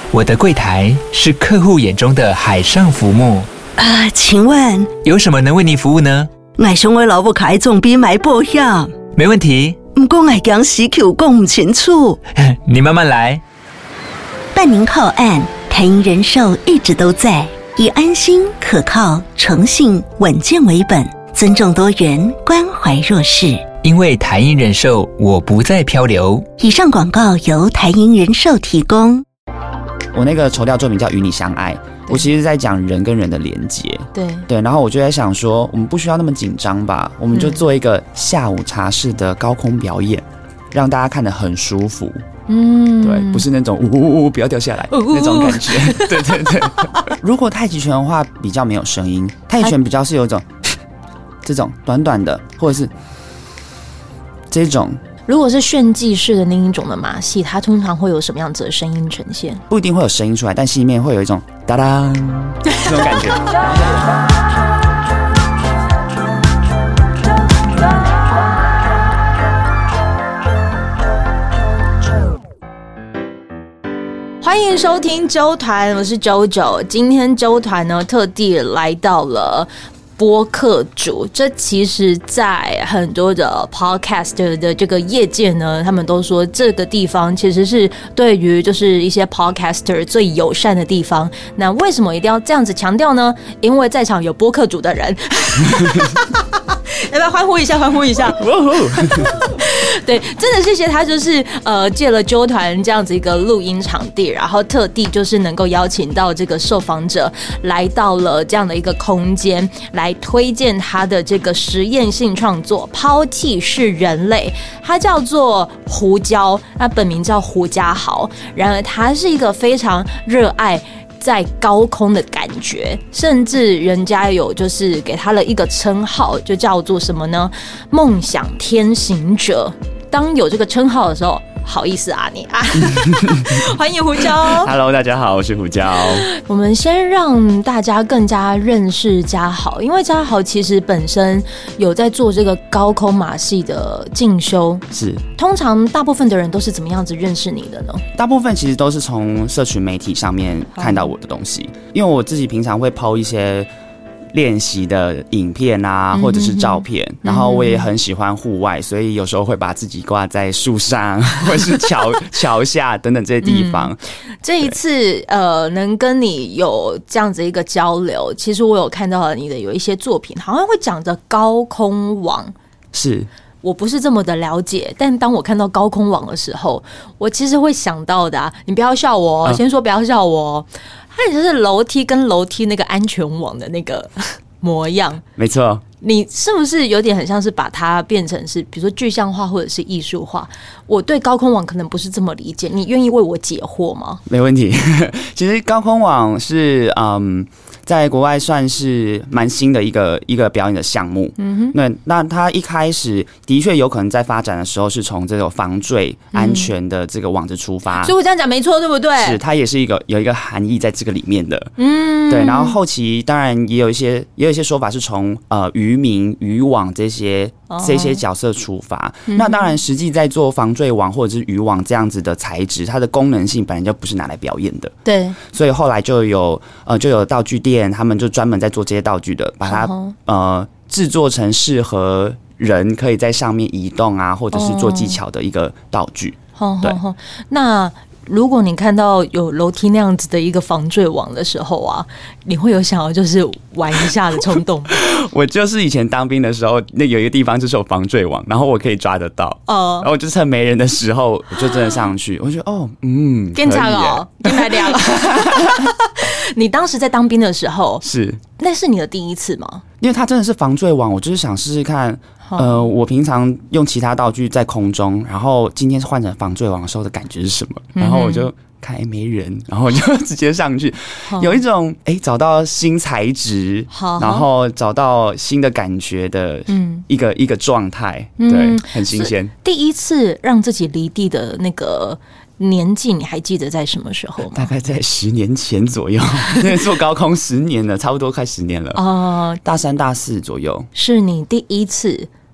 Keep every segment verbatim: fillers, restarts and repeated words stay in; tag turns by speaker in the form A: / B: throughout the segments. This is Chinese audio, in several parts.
A: 我的柜台是客户眼中的海上浮木
B: 啊、呃，请问
A: 有什么能为您服务呢？
B: 我想我老母开总比买保险，
A: 没问题。
B: 不过我讲时口讲不清楚，
A: 你慢慢来。
B: 办您靠岸，台银人寿一直都在，以安心、可靠、诚信、稳健为本，尊重多元，关怀弱势。
A: 因为台银人寿，我不再漂流。
B: 以上广告由台银人寿提供。
C: 我那个筹料作品叫《与你相爱》，我其实在讲人跟人的连结。
D: 对
C: 对，然后我就在想说，我们不需要那么紧张吧，我们就做一个下午茶式的高空表演，让大家看得很舒服。嗯，对，不是那种呜呜呜不要掉下来那种感觉。对对对。如果太极拳的话，比较没有声音，太极拳比较是有一种这种短短的，或者是这种。
D: 如果是炫技式的那一种的马戏，它通常会有什么样子的声音呈现？
C: 不一定会有声音出来，但戏里面会有一种哒哒这种感觉。
D: 欢迎收听周团，我是周周。今天周团呢特地来到了播客主，这其实在很多的 podcast 的这个业界呢，他们都说这个地方其实是对于就是一些 podcaster 最友善的地方。那为什么一定要这样子强调呢？因为在场有播客主的人。要不要欢呼一下？欢呼一下！对，真的谢谢他，就是呃借了纠团这样子一个录音场地，然后特地就是能够邀请到这个受访者来到了这样的一个空间，来推荐他的这个实验性创作《抛弃是人类》，他叫做胡椒，他本名叫胡家豪。然而他是一个非常热爱在高空的感觉，甚至人家有就是给他了一个称号，就叫做什么呢？梦想天行者。当有这个称号的时候，好意思啊你啊，欢迎胡椒。
C: Hello， 大家好，我是胡椒。
D: 我们先让大家更加认识家豪，因为家豪其实本身有在做这个高空马戏的进修。
C: 是，
D: 通常大部分的人都是怎么样子认识你的呢？
C: 大部分其实都是从社群媒体上面看到我的东西，因为我自己平常会 po 一些练习的影片啊，或者是照片，嗯、然后我也很喜欢户外，所以有时候会把自己挂在树上，或者是桥桥下等等这些地方。
D: 嗯、这一次呃，能跟你有这样子一个交流，其实我有看到你的有一些作品，好像会讲着高空网。
C: 是。
D: 我不是这么的了解，但当我看到高空网的时候，我其实会想到的、啊，你不要笑我、哦，先说不要笑我、哦。它就是楼梯跟楼梯那个安全网的那个模样，
C: 没错。
D: 你是不是有点很像是把它变成是，比如说具象化或者是艺术化？我对高空网可能不是这么理解，你愿意为我解惑吗？
C: 没问题。其实高空网是嗯。在国外算是蛮新的一个一个表演的项目，嗯哼，那那它一开始的确有可能在发展的时候是从这个防坠安全的这个网子出发，
D: 所以我这样讲没错，对不对？
C: 是，它也是一个有一个含义在这个里面的，嗯，对。然后后期当然也有一些也有一些说法是从呃渔民渔网这些这些角色出发，嗯、那当然实际在做防坠网或者是渔网这样子的材质，它的功能性本来就不是拿来表演的，
D: 对，
C: 所以后来就有呃就有道具店。他们就专门在做这些道具的，把它、uh-huh. 呃制作成适合人可以在上面移动啊，或者是做技巧的一个道具。
D: Uh-huh. 对，那如果你看到有楼梯那样子的一个防坠网的时候啊，你会有想要就是玩一下的冲动吗？
C: 我就是以前当兵的时候，那有一个地方就是有防坠网，然后我可以抓得到，哦、uh, 然后我就趁没人的时候，我就真的上去，我觉得哦，嗯，
D: 变强哦，变来亮了。你当时在当兵的时候，
C: 是
D: 那是你的第一次吗？
C: 因为它真的是防坠网，我就是想试试看。呃，我平常用其他道具在空中，然后今天是换成防坠网的时候的感觉是什么？嗯、然后我就看，哎、欸，没人，然后我就直接上去，有一种哎、欸、找到新材质，然后找到新的感觉的一个、嗯、一个状态，对，很新鲜。
D: 第一次让自己离地的那个年纪，你还记得在什么时候吗？
C: 大概在十年前左右，因为做高空十年了，差不多快十年了。哦、呃，大三大四左右，
D: 是你第一次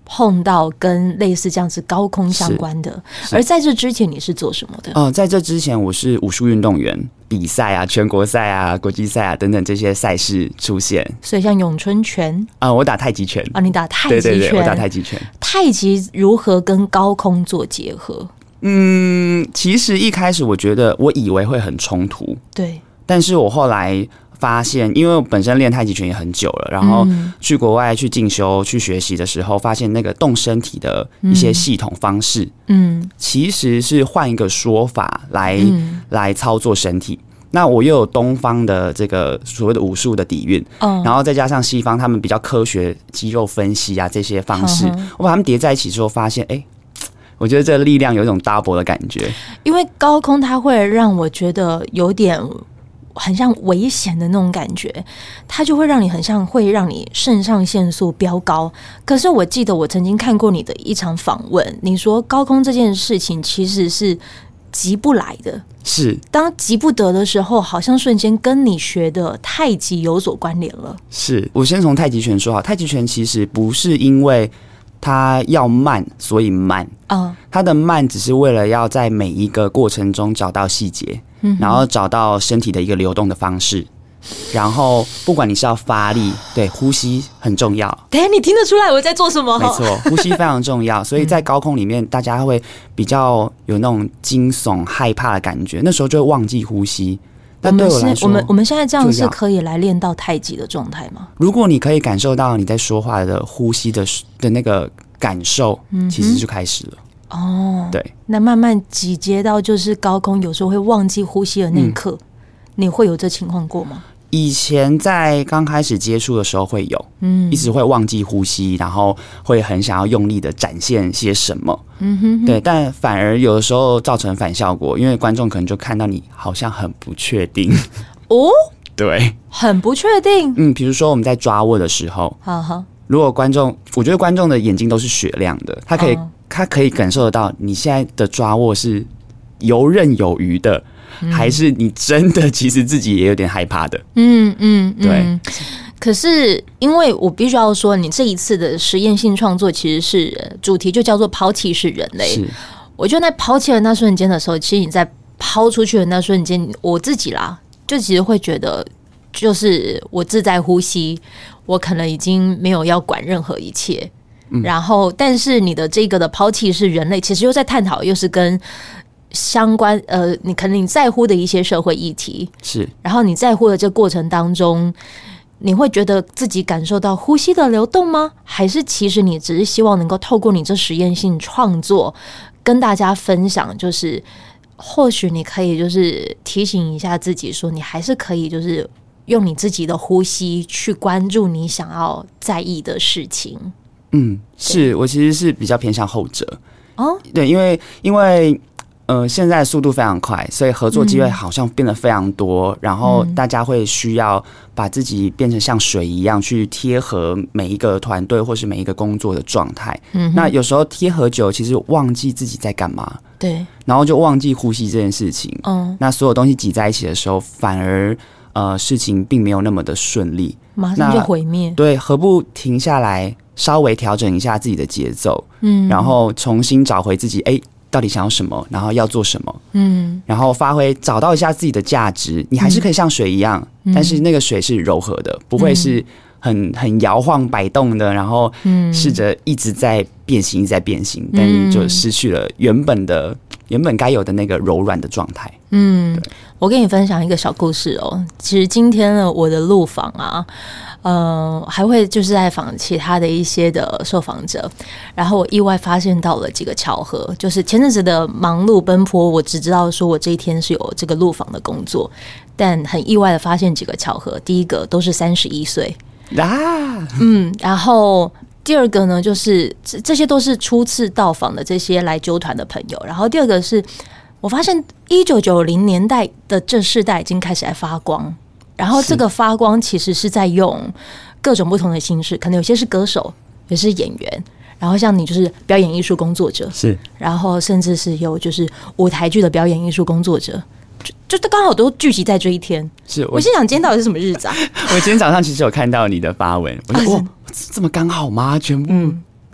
D: 碰到跟类似这样子高空相关的。而在这之前你是做什么的？
C: 哦、呃，在这之前我是武术运动员，比赛啊、全国赛啊、国际赛啊等等这些赛事出现。
D: 所以像咏春拳
C: 啊、呃，我打太极拳
D: 啊，你打太极拳，
C: 对对对，我打太极拳。
D: 太极如何跟高空做结合？
C: 嗯，其实一开始我觉得我以为会很冲突，
D: 对，
C: 但是我后来发现，因为我本身练太极拳也很久了，然后去国外去进修、去学习的时候，发现那个动身体的一些系统方式，嗯，其实是换一个说法来、嗯、来操作身体。那我又有东方的这个所谓的武术的底蕴，嗯，然后再加上西方他们比较科学肌肉分析啊这些方式，嗯、我把它们叠在一起之后，发现，哎、欸。我觉得这个力量有一种 double 的感觉，
D: 因为高空它会让我觉得有点很像危险的那种感觉，它就会让你很像会让你肾上腺素飙高。可是我记得我曾经看过你的一场访问，你说高空这件事情其实是急不来的，
C: 是
D: 当急不得的时候，好像瞬间跟你学的太极有所关联了。
C: 是我先从太极拳说好，太极拳其实不是因为它要慢，所以慢。嗯，它的慢只是为了要在每一个过程中找到细节，嗯，然后找到身体的一个流动的方式。然后，不管你是要发力，对，呼吸很重要。
D: 等一下，你听得出来我在做什么？
C: 没错，呼吸非常重要。所以在高空里面，大家会比较有那种惊悚、害怕的感觉，那时候就会忘记呼吸。但对我来说，
D: 我们我们现在这样是可以来练到太极的状态吗？
C: 如果你可以感受到你在说话的呼吸的的那个感受，嗯，其实就开始了。哦，对，
D: 那慢慢集结到就是高空，有时候会忘记呼吸的那一刻，嗯，你会有这情况过吗？
C: 以前在刚开始接触的时候会有，嗯，一直会忘记呼吸，然后会很想要用力的展现些什么，嗯哼哼，对，但反而有的时候造成反效果，因为观众可能就看到你好像很不确定
D: 哦，
C: 对，
D: 很不确定，
C: 嗯，比如说我们在抓握的时候，好好，如果观众，我觉得观众的眼睛都是雪亮的，他可以，哦，他可以感受得到你现在的抓握是游刃有余的。还是你真的其实自己也有点害怕的，嗯嗯，对。嗯，
D: 可是因为我必须要说，你这一次的实验性创作其实是主题就叫做抛弃式人类。是，我觉得在抛弃的那瞬间的时候，其实你在抛出去的那瞬间，我自己啦，就其实会觉得，就是我自在呼吸，我可能已经没有要管任何一切。嗯，然后，但是你的这个的抛弃式人类，其实又在探讨，又是跟相关呃，你可能你在乎的一些社会议题
C: 是，
D: 然后你在乎的这过程当中，你会觉得自己感受到呼吸的流动吗？还是其实你只是希望能够透过你这实验性创作跟大家分享，就是或许你可以就是提醒一下自己说，你还是可以就是用你自己的呼吸去关注你想要在意的事情。
C: 嗯，是我其实是比较偏向后者哦，对，因为因为。呃，现在速度非常快，所以合作机会好像变得非常多，嗯，然后大家会需要把自己变成像水一样去贴合每一个团队或是每一个工作的状态。嗯，那有时候贴合久，其实忘记自己在干嘛，
D: 对，
C: 然后就忘记呼吸这件事情。嗯，那所有东西挤在一起的时候，反而呃事情并没有那么的顺利，
D: 马上就毁灭。
C: 对，何不停下来，稍微调整一下自己的节奏，嗯，然后重新找回自己，哎。到底想要什么，然后要做什么，嗯，然后发挥找到一下自己的价值，你还是可以像水一样，嗯，但是那个水是柔和的，不会是很很摇晃摆动的，然后试着一直在变形，一直在变形，但是就失去了原本的原本该有的那个柔软的状态。嗯，
D: 我跟你分享一个小故事哦。其实今天呢，我的路访啊。呃，还会就是在访其他的一些的受访者，然后我意外发现到了几个巧合，就是前阵子的忙碌奔波，我只知道说我这一天是有这个路访的工作，但很意外的发现几个巧合，第一个都是三十一岁啊，嗯，然后第二个呢，就是这这些都是初次到访的这些来纠团的朋友，然后第二个是我发现一九九零年代的这世代已经开始在发光。然后这个发光其实是在用各种不同的形式，可能有些是歌手，也是演员，然后像你就是表演艺术工作者，
C: 是，
D: 然后甚至是有就是舞台剧的表演艺术工作者，就就刚好都聚集在这一天。
C: 是，我,
D: 我心想今天到底是什么日子啊？
C: 我今天早上其实有看到你的发文，我说哇，这么刚好吗？全部。嗯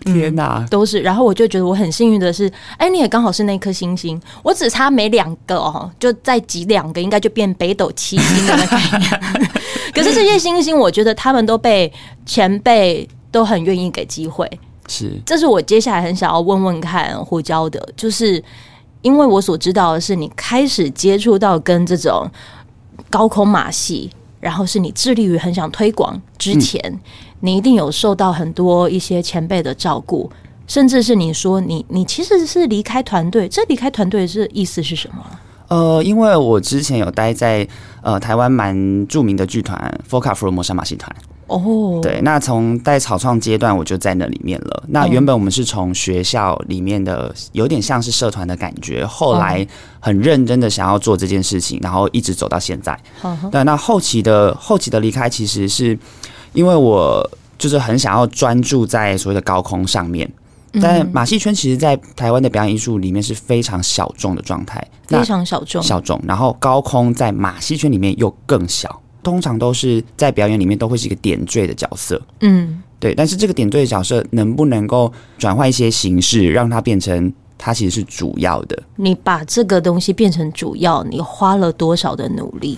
C: 天哪、嗯，
D: 都是。然后我就觉得我很幸运的是，哎，你也刚好是那颗星星，我只差每两个哦，就再挤两个，应该就变北斗七星的那概念。可是这些星星，我觉得他们都被前辈都很愿意给机会。
C: 是，
D: 这是我接下来很想要问问看胡椒的，就是因为我所知道的是，你开始接触到跟这种高空马戏，然后是你致力于很想推广之前。嗯，你一定有受到很多一些前辈的照顾，甚至是你说你你其实是离开团队，这离开团队是意思是什么？
C: 呃，因为我之前有待在呃台湾蛮著名的剧团佛卡弗罗摩沙马戏团。哦，对，那从在草创阶段我就在那里面了。那原本我们是从学校里面的有点像是社团的感觉，后来很认真的想要做这件事情，然后一直走到现在。对，那后期的后期的离开其实是因为我就是很想要专注在所谓的高空上面。但马戏圈其实在台湾的表演艺术里面是非常小众的状态，
D: 非常小众
C: 小众，然后高空在马戏圈里面又更小，通常都是在表演里面都会是一个点缀的角色。嗯，对，但是这个点缀的角色能不能够转换一些形式，让它变成它其实是主要的？
D: 你把这个东西变成主要，你花了多少的努力？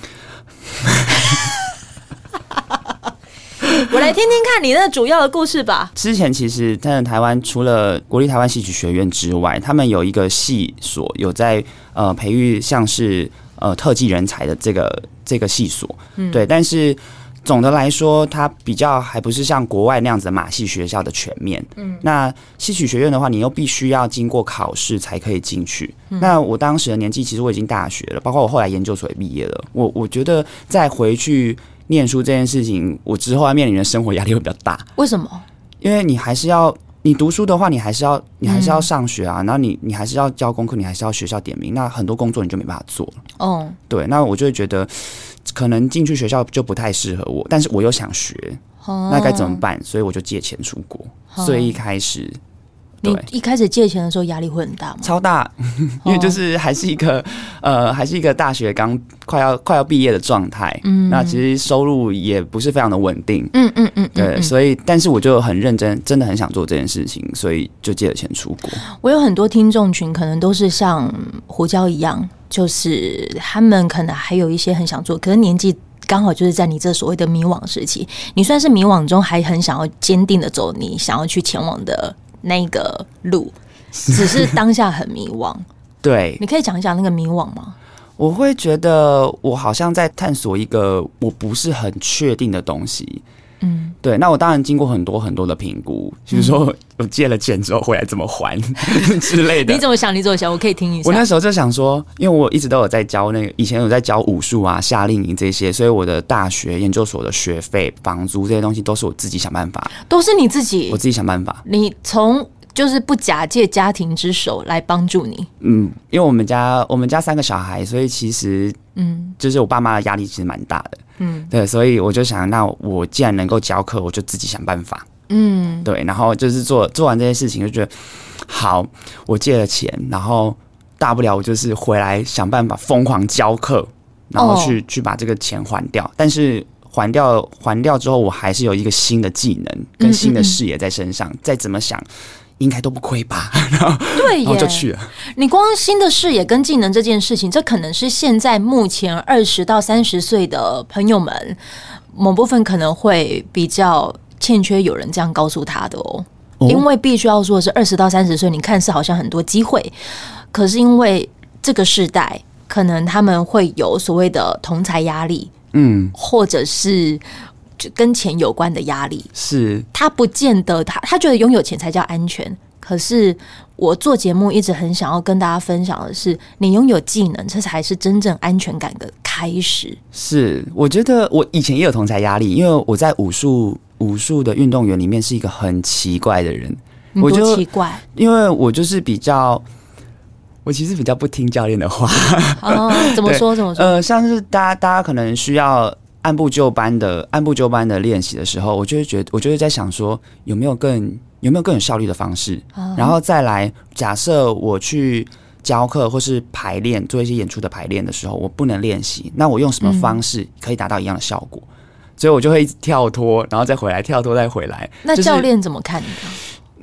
D: 我来听听看你那主要的故事吧。
C: 之前其实在台湾除了国立台湾戏曲学院之外，他们有一个系所有在呃培育像是呃特技人才的这个这个系所，嗯，对。但是总的来说，它比较还不是像国外那样子的马戏学校的全面。嗯，那戏曲学院的话，你又必须要经过考试才可以进去。嗯，那我当时的年纪，其实我已经大学了，包括我后来研究所也毕业了。我我觉得再回去念书这件事情，我之后要面临的生活压力会比较大。
D: 为什么？
C: 因为你还是要，你读书的话，你还是要，你还是要上学啊，嗯，然后你你还是要交功课，你还是要学校点名，那很多工作你就没办法做了。哦，对，那我就会觉得，可能进去学校就不太适合我，但是我又想学，哦，那该怎么办？所以我就借钱出国。哦，所以一开始。
D: 你一开始借钱的时候压力会很大吗？
C: 超大，因为就是还是一个、哦、呃，还是一个大学刚快要快要毕业的状态。嗯，那其实收入也不是非常的稳定。嗯嗯嗯，对，所以但是我就很认真，真的很想做这件事情，所以就借了钱出国。
D: 我有很多听众群，可能都是像胡椒一样，就是他们可能还有一些很想做，可是年纪刚好就是在你这所谓的迷惘时期，你算是迷惘中还很想要坚定的走你想要去前往的那个路，只是当下很迷惘。
C: 对，
D: 你可以讲一讲那个迷惘吗？
C: 我会觉得我好像在探索一个我不是很确定的东西。嗯，对。那我当然经过很多很多的评估，比如说我借了钱之后回来怎么还之类的。
D: 你怎么想？你怎么想？我可以听一下。
C: 我那时候就想说，因为我一直都有在教那个，以前有在教武术啊、夏令营这些，所以我的大学、研究所的学费、房租这些东西都是我自己想办法。
D: 都是你自己？
C: 我自己想办法。
D: 你从就是不假借家庭之手来帮助你。
C: 嗯，因为我们家我们家三个小孩，所以其实嗯，就是我爸妈的压力其实蛮大的。嗯，对，所以我就想，那我既然能够教课，我就自己想办法。嗯，对，然后就是做做完这些事情，就觉得好，我借了钱，然后大不了我就是回来想办法疯狂教课，然后去、哦、去把这个钱还掉。但是还掉还掉之后，我还是有一个新的技能跟新的视野在身上，嗯嗯嗯再怎么想。应该都不亏吧，然后
D: 对耶，
C: 然后就去了。
D: 你光新的视野跟技能这件事情，这可能是现在目前二十到三十岁的朋友们某部分可能会比较欠缺有人这样告诉他的哦。哦因为必须要说的是，二十到三十岁，你看似好像很多机会，可是因为这个世代，可能他们会有所谓的同侪压力，嗯，或者是。跟钱有关的压力，
C: 是
D: 他不见得他他觉得拥有钱才叫安全。可是我做节目一直很想要跟大家分享的是，你拥有技能，这才是真正安全感的开始。
C: 是，我觉得我以前也有同侪压力，因为我在武术武术的运动员里面是一个很奇怪的人。
D: 我多奇怪？
C: 因为我就是比较。我其实比较不听教练的话。
D: 哦，怎么说？怎么说？
C: 呃，像是大家大家可能需要。按部就班的按部就班的练习的时候，我就会觉得，我就会在想说，有没有更有没有更有效率的方式，哦、然后再来假设我去教课或是排练，做一些演出的排练的时候，我不能练习，那我用什么方式可以达到一样的效果？嗯、所以我就会一直跳脱，然后再回来，跳脱再回来。
D: 那教练怎么看你呢？
C: 就是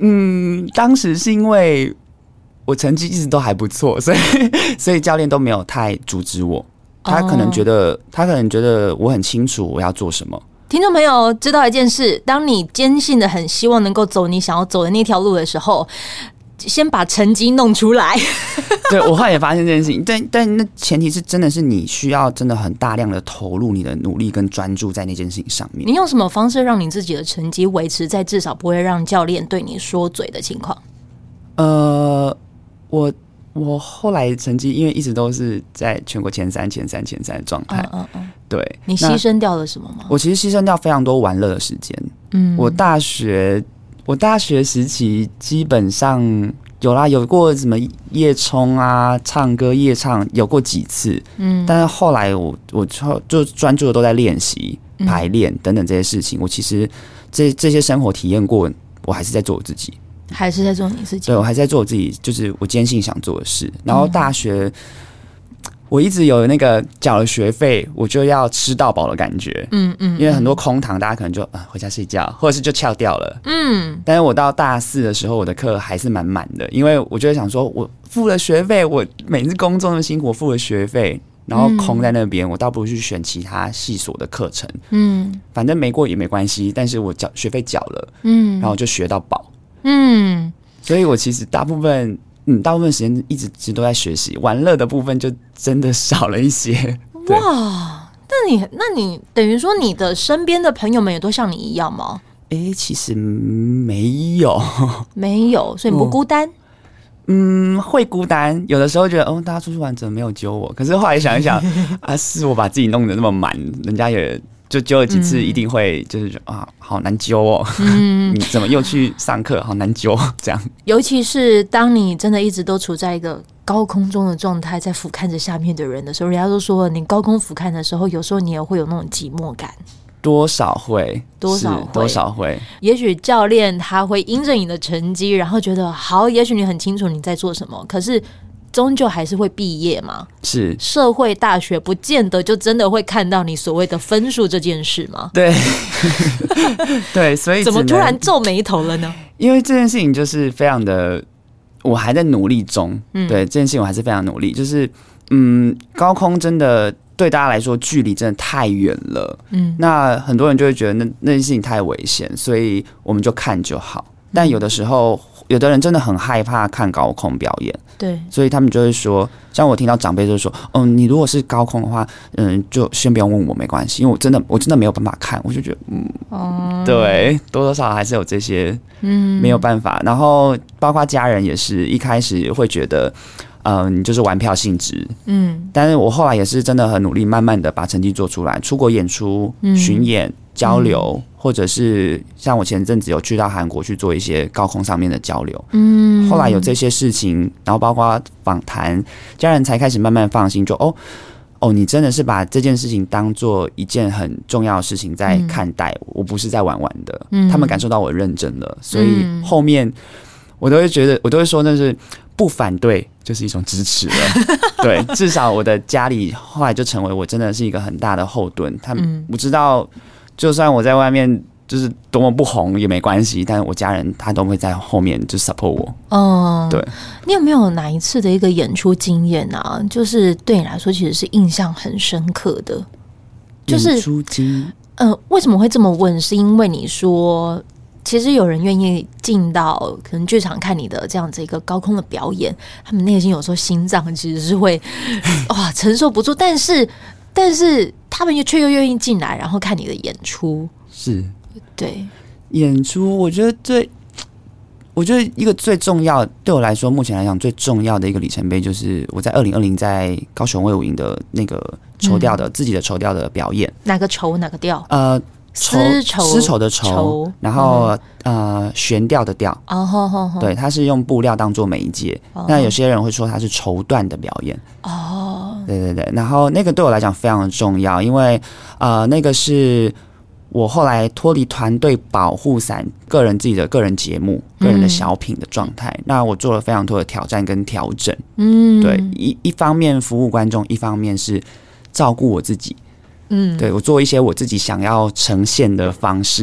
C: 嗯，当时是因为我成绩一直都还不错，所以所以教练都没有太阻止我。他可能觉得， oh. 他可能觉得我很清楚我要做什么。
D: 听众朋友知道一件事，当你坚信的很希望能够走你想要走的那条路的时候，先把成绩弄出来。
C: 对，我后来也发现这件事情，但但那前提是真的是你需要真的很大量的投入你的努力跟专注在那件事情上面。
D: 你用什么方式让你自己的成绩维持在至少不会让教练对你说嘴的情况？呃，
C: 我我后来成绩因为一直都是在全国前三、前三、前三的状态。嗯嗯嗯。对，
D: 你牺牲掉了什么吗？
C: 我其实牺牲掉非常多玩乐的时间。嗯，我大学我大学时期基本上有啦，有过什么夜冲啊、唱歌夜唱，有过几次。嗯，但是后来我我就专注的都在练习、排练等等这些事情。我其实这这些生活体验过，我还是在做我自己，
D: 还是在做你自己。
C: 对，我还是在做我自己，就是我坚信想做的事。然后大学。嗯，我一直有那个缴了学费，我就要吃到饱的感觉。嗯嗯，因为很多空堂，大家可能就、呃、回家睡觉，或者是就翘掉了。嗯，但是我到大四的时候，我的课还是满满的，因为我就会想说，我付了学费，我每次工作那么辛苦，我付了学费，然后空在那边，我倒不如去选其他系所的课程。嗯，反正没过也没关系，但是我缴学费缴了，嗯，然后就学到饱。嗯，所以我其实大部分。嗯，大部分时间一直直都在学习，玩乐的部分就真的少了一些。
D: 哇，那你那你等于说你的身边的朋友们也都像你一样吗？
C: 哎、欸，其实没有，
D: 没有，所以你不孤单。
C: 嗯，会孤单，有的时候觉得哦，大家出去玩怎么没有揪我？可是后来想一想，啊，是我把自己弄得那么满，人家也。就揪了几次，一定会就是啊，好难揪哦。嗯，你怎么又去上课？好难揪，这样。
D: 尤其是当你真的一直都处在一个高空中的状态，在俯瞰着下面的人的时候，人家都说你高空俯瞰的时候，有时候你也会有那种寂寞感。
C: 多少会，
D: 多少会，
C: 多少会。
D: 也许教练他会因着你的成绩，然后觉得好，也许你很清楚你在做什么，可是。终究还是会毕业嘛，
C: 是
D: 社会大学不见得就真的会看到你所谓的分数这件事吗？
C: 对，对，所以
D: 怎么突然皱眉头了呢？
C: 因为这件事情就是非常的，我还在努力中。嗯，对，这件事情我还是非常努力。就是嗯，高空真的对大家来说距离真的太远了。嗯，那很多人就会觉得那那件事情太危险，所以我们就看就好。但有的时候。有的人真的很害怕看高空表演，
D: 对，
C: 所以他们就会说，像我听到长辈就说，嗯，你如果是高空的话，嗯，就先不用问我，没关系，因为我真的我真的没有办法看，我就觉得，嗯，哦，对，多多少少还是有这些，嗯，没有办法。然后包括家人也是一开始会觉得，嗯，你就是玩票性质，嗯，但是我后来也是真的很努力，慢慢的把成绩做出来，出国演出、巡演、交流。嗯，或者是像我前阵子有去到韩国去做一些高空上面的交流，嗯，后来有这些事情，然后包括访谈，家人才开始慢慢放心，就哦哦，你真的是把这件事情当做一件很重要的事情在看待，嗯，我不是在玩玩的，嗯，他们感受到我认真了，所以后面我都会觉得，我都会说那是不反对就是一种支持了，对，至少我的家里后来就成为我真的是一个很大的后盾，他们我知道。就算我在外面就是多么不红也没关系，但是我家人他都会在后面就 support 我。嗯，对。
D: 你有没有哪一次的一个演出经验啊？就是对你来说其实是印象很深刻的？就是
C: 演出经，
D: 呃，为什么会这么问？是因为你说，其实有人愿意进到可能剧场看你的这样子一个高空的表演，他们内心有时候心脏其实是会哇承受不住，但是。但是他们却又愿意进来，然后看你的演出。
C: 是，
D: 对
C: 演出，我觉得最，我觉得一个最重要，对我来说，目前来讲最重要的一个里程碑，就是我在二零二零在高雄卫武营的那个绸调的、嗯、自己的绸调的表演。
D: 哪个绸？哪个调？
C: 呃，
D: 丝绸，
C: 丝绸的绸，然后、嗯、呃悬吊的吊。哦吼吼吼，对，它是用布料当做媒介。哦、那有些人会说它是绸缎的表演。哦。对对对，然后那个对我来讲非常的重要，因为呃，那个是我后来脱离团队保护伞，个人自己的个人节目、个人的小品的状态。嗯、那我做了非常多的挑战跟调整。嗯，对，一一方面服务观众，一方面是照顾我自己。嗯，对我做一些我自己想要呈现的方式。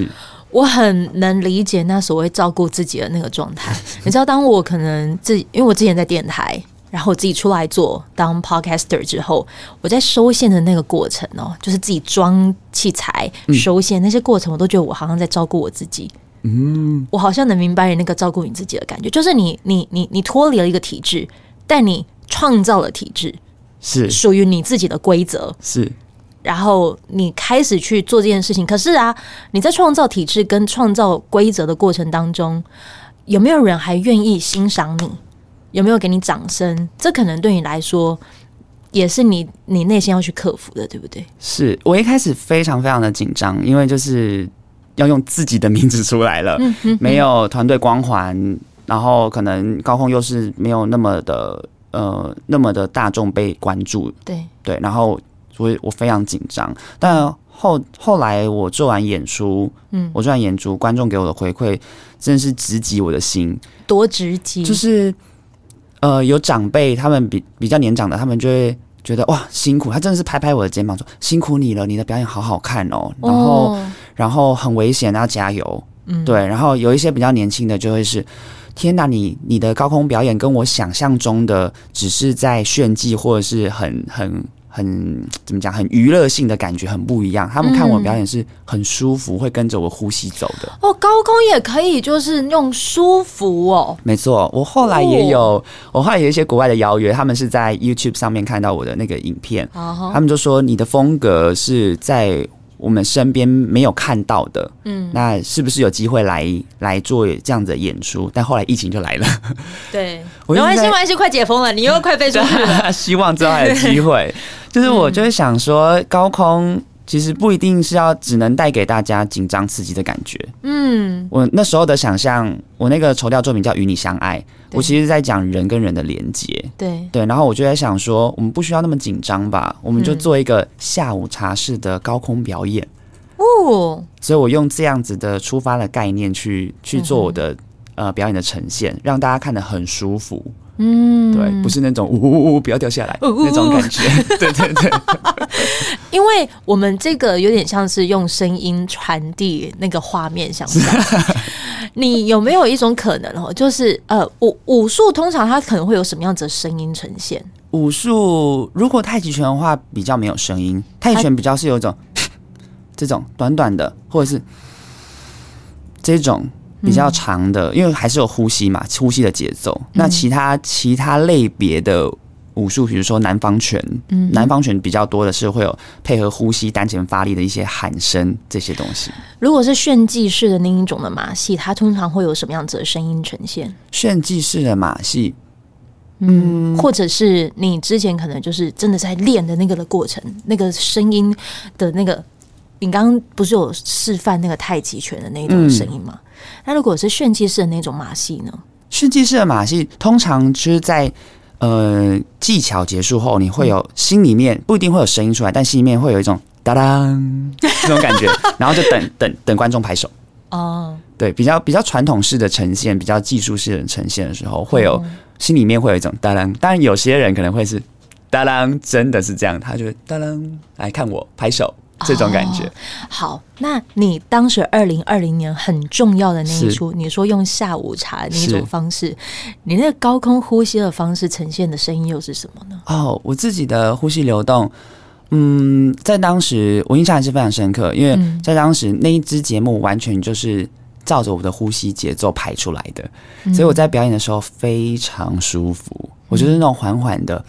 D: 我很能理解那所谓照顾自己的那个状态。你知道，当我可能自己，因为我之前在电台，然后我自己出来做当 podcaster 之后，我在收线的那个过程哦，就是自己装器材、收线、嗯、那些过程，我都觉得我好像在照顾我自己。嗯，我好像能明白你那个照顾你自己的感觉，就是你你你你脱离了一个体制，但你创造了体制，
C: 是
D: 属于你自己的规则，
C: 是。
D: 然后你开始去做这件事情，可是啊，你在创造体制跟创造规则的过程当中，有没有人还愿意欣赏你？有没有给你掌声？这可能对你来说，也是你你内心要去克服的，对不对？
C: 是我一开始非常非常的紧张，因为就是要用自己的名字出来了，嗯、哼哼没有团队光环，然后可能高空又是没有那么的呃那么的大众被关注，
D: 对
C: 对，然后。所以我非常紧张，但后后来我做完演出，嗯，我做完演出，观众给我的回馈真的是直击我的心，
D: 多直击，
C: 就是呃，有长辈他们比比较年长的，他们就会觉得哇辛苦，他真的是拍拍我的肩膀说辛苦你了，你的表演好好看哦，然后、哦、然后很危险，要加油，嗯，对，然后有一些比较年轻的就会是。天哪，你你的高空表演跟我想象中的只是在炫技，或者是很很很怎么讲，很娱乐性的感觉很不一样。他们看我表演是很舒服，嗯、会跟着我呼吸走的。
D: 哦，高空也可以，就是用舒服哦。
C: 没错，我后来也有，哦、我后来有一些国外的邀约，他们是在 YouTube 上面看到我的那个影片，哦、他们就说你的风格是在。我们身边没有看到的，嗯，那是不是有机会来来做这样子的演出？但后来疫情就来了，
D: 对，没关系，没关系，快解封了，你又快飞出去了。
C: 希望之后还有机会，就是我就会想说，高空其实不一定是要只能带给大家紧张刺激的感觉。嗯，我那时候的想象，我那个筹调作品叫《与你相爱》，我其实在讲人跟人的连结。
D: 对
C: 对，然后我就在想说，我们不需要那么紧张吧，我们就做一个下午茶式的高空表演。哦，所以我用这样子的出发的概念去去做我的、嗯、呃表演的呈现，让大家看得很舒服。嗯，对，不是那种呜呜呜不要掉下来、呃、那种感觉。对对对，
D: 因为我们这个有点像是用声音传递那个画面想象。你有没有一种可能哦，就是呃武武术通常它可能会有什么样子的声音呈现？
C: 武术如果太极拳的话比较没有声音，太极拳比较是有一种这种短短的，或者是这种。比较长的，因为还是有呼吸嘛，呼吸的节奏。嗯、那其他其他类别的武术，比如说南方拳，嗯、南方拳比较多的是会有配合呼吸、单前发力的一些喊声这些东西。
D: 如果是炫技式的那一种的马戏，它通常会有什么样子的声音呈现？
C: 炫技式的马戏，
D: 嗯，或者是你之前可能就是真的在练的那个的过程，那个声音的那个，你刚刚不是有示范那个太极拳的那种声音吗？嗯那如果是炫技式的那种马戏呢？
C: 炫技式的马戏通常就是在呃技巧结束后，你会有心里面不一定会有声音出来，但心里面会有一种哒当这种感觉，然后就等等等观众拍手。哦，对，比较比较传统式的呈现，比较技术式的呈现的时候，会有心里面会有一种哒当。当然有些人可能会是哒当，真的是这样，他就哒当来看我拍手。这种感觉、哦、
D: 好，那你当时二零二零年很重要的那一出，你说用下午茶的那一种方式，你那个高空呼吸的方式呈现的声音又是什么呢？
C: 哦，我自己的呼吸流动，嗯，在当时我印象还是非常深刻，因为在当时那一支节目完全就是照着我的呼吸节奏排出来的，嗯、所以我在表演的时候非常舒服，我就是那种缓缓的。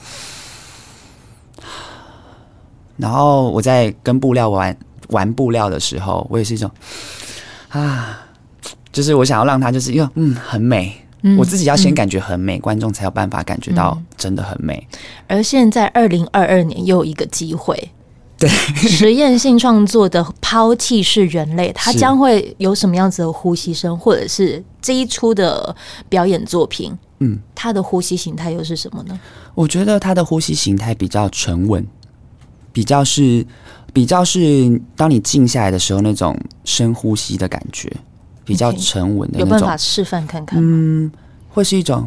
C: 然后我在跟布料玩玩布料的时候，我也是一种啊，就是我想要让它就是又嗯很美、嗯，我自己要先感觉很美，嗯、观众才有办法感觉到真的很美。
D: 而现在二零二二年又有一个机会，
C: 对
D: 实验性创作的抛弃式人类，它将会有什么样子的呼吸声，或者是这一出的表演作品，嗯，它的呼吸形态又是什么呢？
C: 我觉得它的呼吸形态比较沉稳。比较是，比较是，当你静下来的时候，那种深呼吸的感觉，比较沉稳的那种。
D: 有办法示范看看吗？
C: 嗯，会是一种，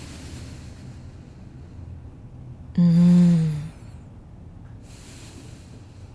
C: 嗯，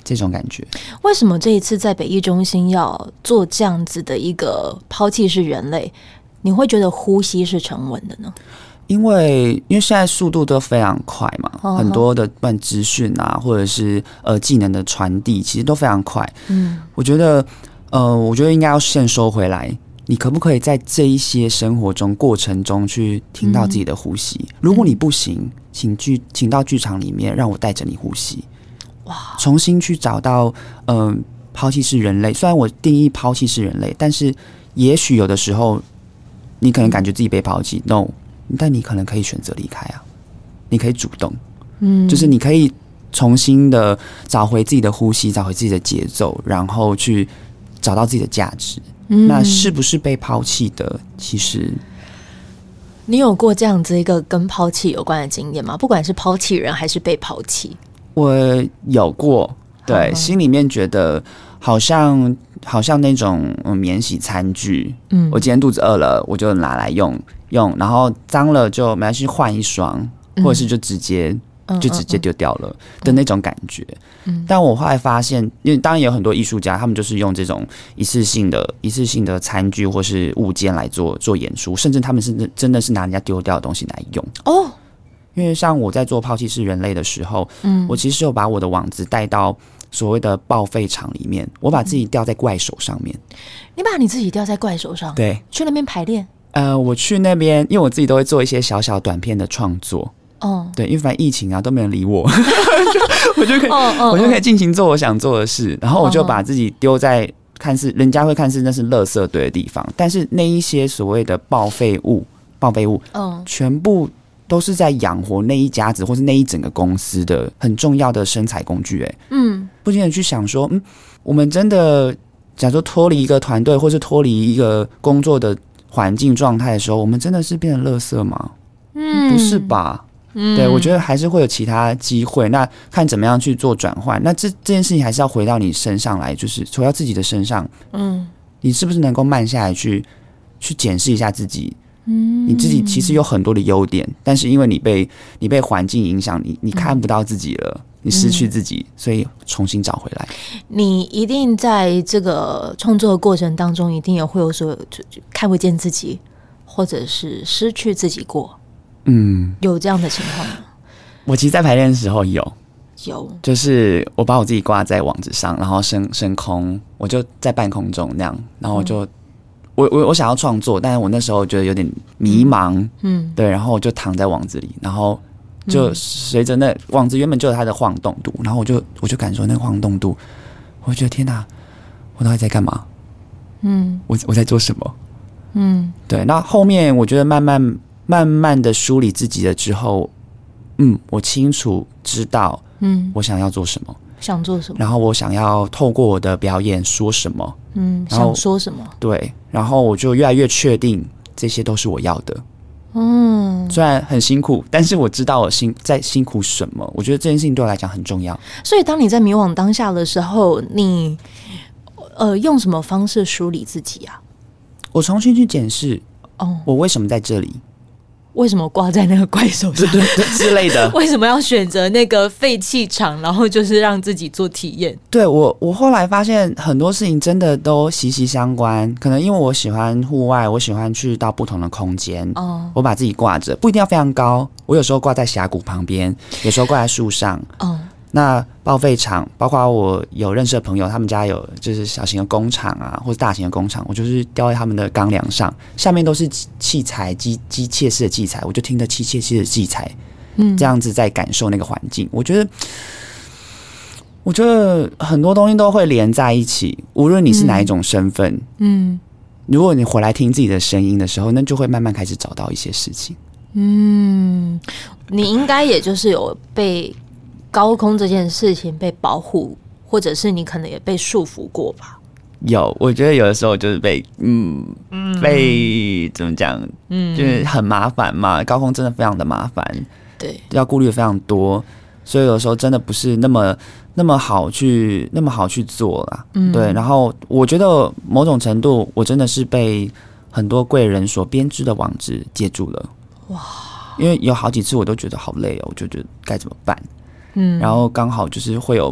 C: 这种感觉。
D: 为什么这一次在北艺中心要做这样子的一个抛弃式人类，你会觉得呼吸是沉稳的呢？
C: 因为因为现在速度都非常快嘛，
D: 哦、
C: 很多的不管资讯啊，或者是呃技能的传递，其实都非常快。嗯，我觉得呃，我觉得应该要先收回来。你可不可以在这一些生活中过程中去听到自己的呼吸？嗯、如果你不行，请剧请到剧场里面，让我带着你呼吸。哇，重新去找到嗯、呃、抛弃式人类。虽然我定义抛弃式人类，但是也许有的时候你可能感觉自己被抛弃 ，no。但你可能可以选择离开啊，你可以主动，嗯，就是你可以重新的找回自己的呼吸，找回自己的节奏，然后去找到自己的价值。嗯，那是不是被抛弃的？其实，
D: 你有过这样子一个跟抛弃有关的经验吗？不管是抛弃人还是被抛弃，
C: 我有过，对，心里面觉得好像好像那种嗯免洗餐具，嗯，我今天肚子饿了，我就拿来用。用，然后脏了就没关系，换一双，嗯、或者是就直接就直接丢掉了的那种感觉。嗯、但我后来发现，因为当然也有很多艺术家，他们就是用这种一次性的、一次性的餐具或是物件来做做演出，甚至他们是真的是拿人家丢掉的东西来用。哦，因为像我在做抛弃式人类的时候，嗯，我其实有把我的网子带到所谓的报废场里面，我把自己吊在怪手上面。
D: 你把你自己吊在怪手上？
C: 对，
D: 去那边排练。
C: 呃，我去那边，因为我自己都会做一些小小短片的创作。哦，对，因为反正疫情啊都没人理我，就我就可以，哦哦、我就可以尽情做我想做的事。然后我就把自己丢在看似人家会看似那是垃圾堆的地方，但是那一些所谓的报废物、报废物，哦，全部都是在养活那一家子或是那一整个公司的很重要的生财工具。哎，嗯，不禁的去想说，嗯，我们真的假如说脱离一个团队，或是脱离一个工作的环境状态的时候，我们真的是变成垃圾吗？嗯，不是吧？嗯，对，我觉得还是会有其他机会。那看怎么样去做转换。那这这件事情还是要回到你身上来，就是回到自己的身上。嗯，你是不是能够慢下来去去检视一下自己？嗯，你自己其实有很多的优点，但是因为你被你被环境影响，你你看不到自己了。你失去自己，所以重新找回来。
D: 你一定在这个创作的过程当中，一定也会有所看不见自己，或者是失去自己过。嗯，有这样的情况吗？
C: 我其实，在排练的时候有
D: 有，
C: 就是我把我自己挂在网子上，然后升升空，我就在半空中那样，然后我就、嗯、我我我想要创作，但是我那时候觉得有点迷茫，嗯，对，然后我就躺在网子里，然后。就随着那网子原本就有它的晃动度，然后我就我就感受那个晃动度，我觉得天哪，我到底在干嘛？嗯，我我在做什么？嗯，对。那后面我觉得慢慢慢慢的梳理自己了之后，嗯，我清楚知道，嗯，我想要做什么，
D: 想做什么，
C: 然后我想要透过我的表演说什么，
D: 嗯，想说什么？
C: 对，然后我就越来越确定这些都是我要的。嗯，虽然很辛苦，但是我知道我辛在辛苦什么。我觉得这件事情对我来讲很重要。
D: 所以，当你在迷惘当下的时候，你呃用什么方式梳理自己啊？
C: 我重新去检视，哦，我为什么在这里？
D: 为什么挂在那个怪手上
C: 对对对之类的？
D: 为什么要选择那个废弃场，然后就是让自己做体验？
C: 对我，我后来发现很多事情真的都息息相关。可能因为我喜欢户外，我喜欢去到不同的空间。哦，我把自己挂着，不一定要非常高。我有时候挂在峡谷旁边，有时候挂在树上。哦。那报废厂，包括我有认识的朋友，他们家有就是小型的工厂啊，或者大型的工厂，我就是吊在他们的钢梁上，下面都是器材机机械式的器材，我就听着机械式的器材，嗯，这样子在感受那个环境。我觉得，我觉得很多东西都会连在一起，无论你是哪一种身份，嗯，如果你回来听自己的声音的时候，那就会慢慢开始找到一些事情。嗯，
D: 你应该也就是有被。高空这件事情被保护，或者是你可能也被束缚过吧？
C: 有，我觉得有的时候就是被，嗯，嗯被怎么讲，嗯，就是很麻烦嘛。高空真的非常的麻烦，
D: 对，
C: 要顾虑非常多，所以有的时候真的不是那么那么好去那么好去做啦。嗯，对。然后我觉得某种程度，我真的是被很多贵人所编织的网子接住了。哇！因为有好几次我都觉得好累哦，我就觉得该怎么办？嗯，然后刚好就是会有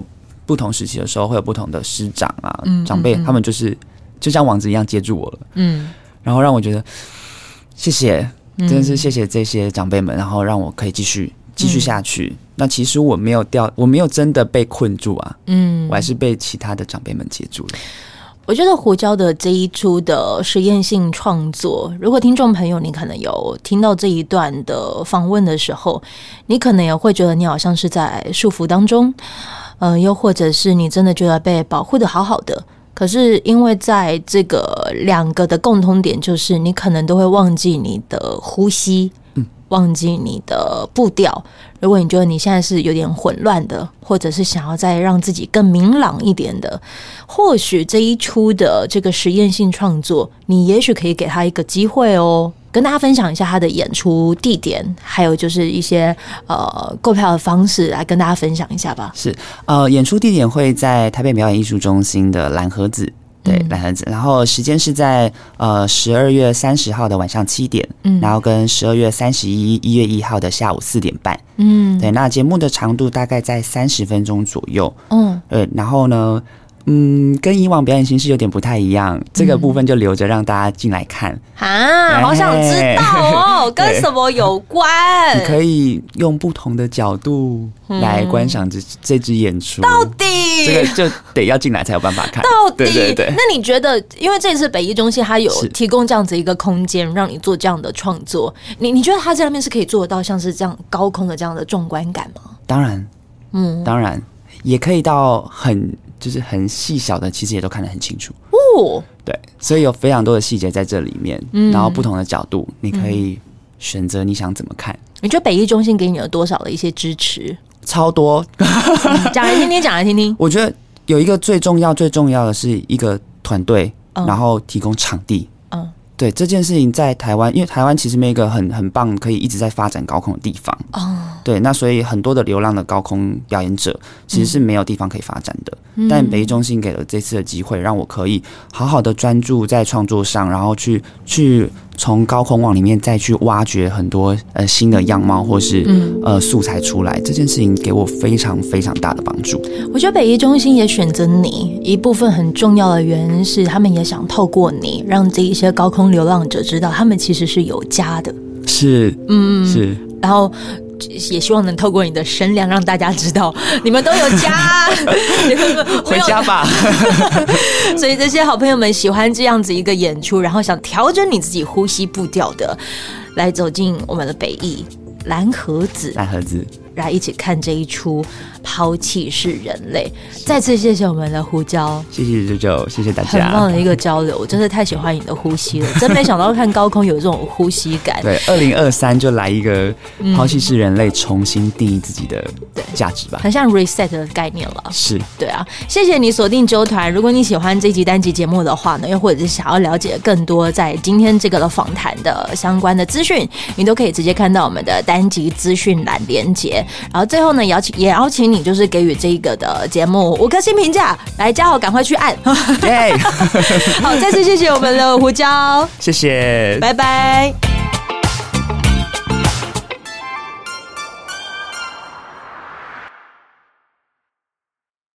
C: 不同时期的时候会有不同的师长啊、嗯、长辈，他们就是就像网子一样接住我了，嗯，然后让我觉得谢谢，真的是谢谢这些长辈们，然后让我可以继续继续下去。嗯、那其实我没有掉，我没有真的被困住啊，嗯，我还是被其他的长辈们接住了。
D: 我觉得胡椒的这一出的实验性创作，如果听众朋友你可能有听到这一段的访问的时候，你可能也会觉得你好像是在束缚当中，呃，又或者是你真的觉得被保护的好好的，可是因为在这个两个的共通点，就是你可能都会忘记你的呼吸，嗯，忘记你的步调。如果你觉得你现在是有点混乱的，或者是想要再让自己更明朗一点的，或许这一出的这个实验性创作，你也许可以给他一个机会哦。跟大家分享一下他的演出地点，还有就是一些呃购票的方式，来跟大家分享一下吧。
C: 是呃，演出地点会在台北表演艺术中心的蓝盒子。对，蓝盒子，然后时间是在呃十二月三十号的晚上七点，嗯，然后跟十二月三十一一月一号的下午四点半，嗯，对，那节目的长度大概在三十分钟左右，嗯，对，然后呢，嗯，跟以往表演形式有点不太一样，这个部分就留着让大家进来看
D: 啊，好想知道哦，跟什么有关？
C: 你可以用不同的角度来观赏这这支演出，
D: 到底
C: 这个就得要进来才有办法看。
D: 到底，
C: 对对对。
D: 那你觉得，因为这次北艺中心它有提供这样子一个空间，让你做这样的创作，你你觉得它这上面是可以做得到像是这样高空的这样的壮观感吗？
C: 当然，嗯，当然也可以到很就是很细小的，其实也都看得很清楚哦。对，所以有非常多的细节在这里面，嗯、然后不同的角度，你可以选择你想怎么看。
D: 你觉得北艺中心给你了多少的一些支持？
C: 超多，
D: 讲来听听，讲来听听。
C: 我觉得有一个最重要、最重要的是一个团队，嗯、然后提供场地。嗯，对这件事情在台湾，因为台湾其实没有一个很很棒可以一直在发展高空的地方。哦，对，那所以很多的流浪的高空表演者其实是没有地方可以发展的。嗯、但北艺中心给了这次的机会，让我可以好好的专注在创作上，然后去去。从高空网里面再去挖掘很多呃新的样貌或是、嗯、呃素材出来，这件事情给我非常非常大的帮助。
D: 我觉得北艺中心也选择你，一部分很重要的原因是他们也想透过你，让这一些高空流浪者知道他们其实是有家的。
C: 是，嗯，是，
D: 然后。也希望能透过你的声量让大家知道你们都有家
C: 回家吧
D: 所以这些好朋友们喜欢这样子一个演出，然后想调整你自己呼吸步调的，来走进我们的北艺蓝盒子
C: 蓝盒子
D: 来一起看这一出抛弃式人类。再次谢谢我们的胡椒，
C: 谢谢九九，谢谢大家，
D: 很棒的一个交流，我真的太喜欢你的呼吸了，真没想到看高空有这种呼吸感。
C: 对，二零二三就来一个抛弃式人类，重新定义自己的价值吧，
D: 很像 reset 的概念了。
C: 是，
D: 对啊，谢谢你锁定啾团。如果你喜欢这集单集节目的话呢，又或者是想要了解更多在今天这个的访谈的相关的资讯，你都可以直接看到我们的单集资讯栏连结。然后最后呢，也邀请也邀请你就是给予这个的节目五颗星评价，来嘉豪赶快去按。
C: Yeah
D: 好，再次谢谢我们的胡椒，
C: 谢谢，
D: 拜拜。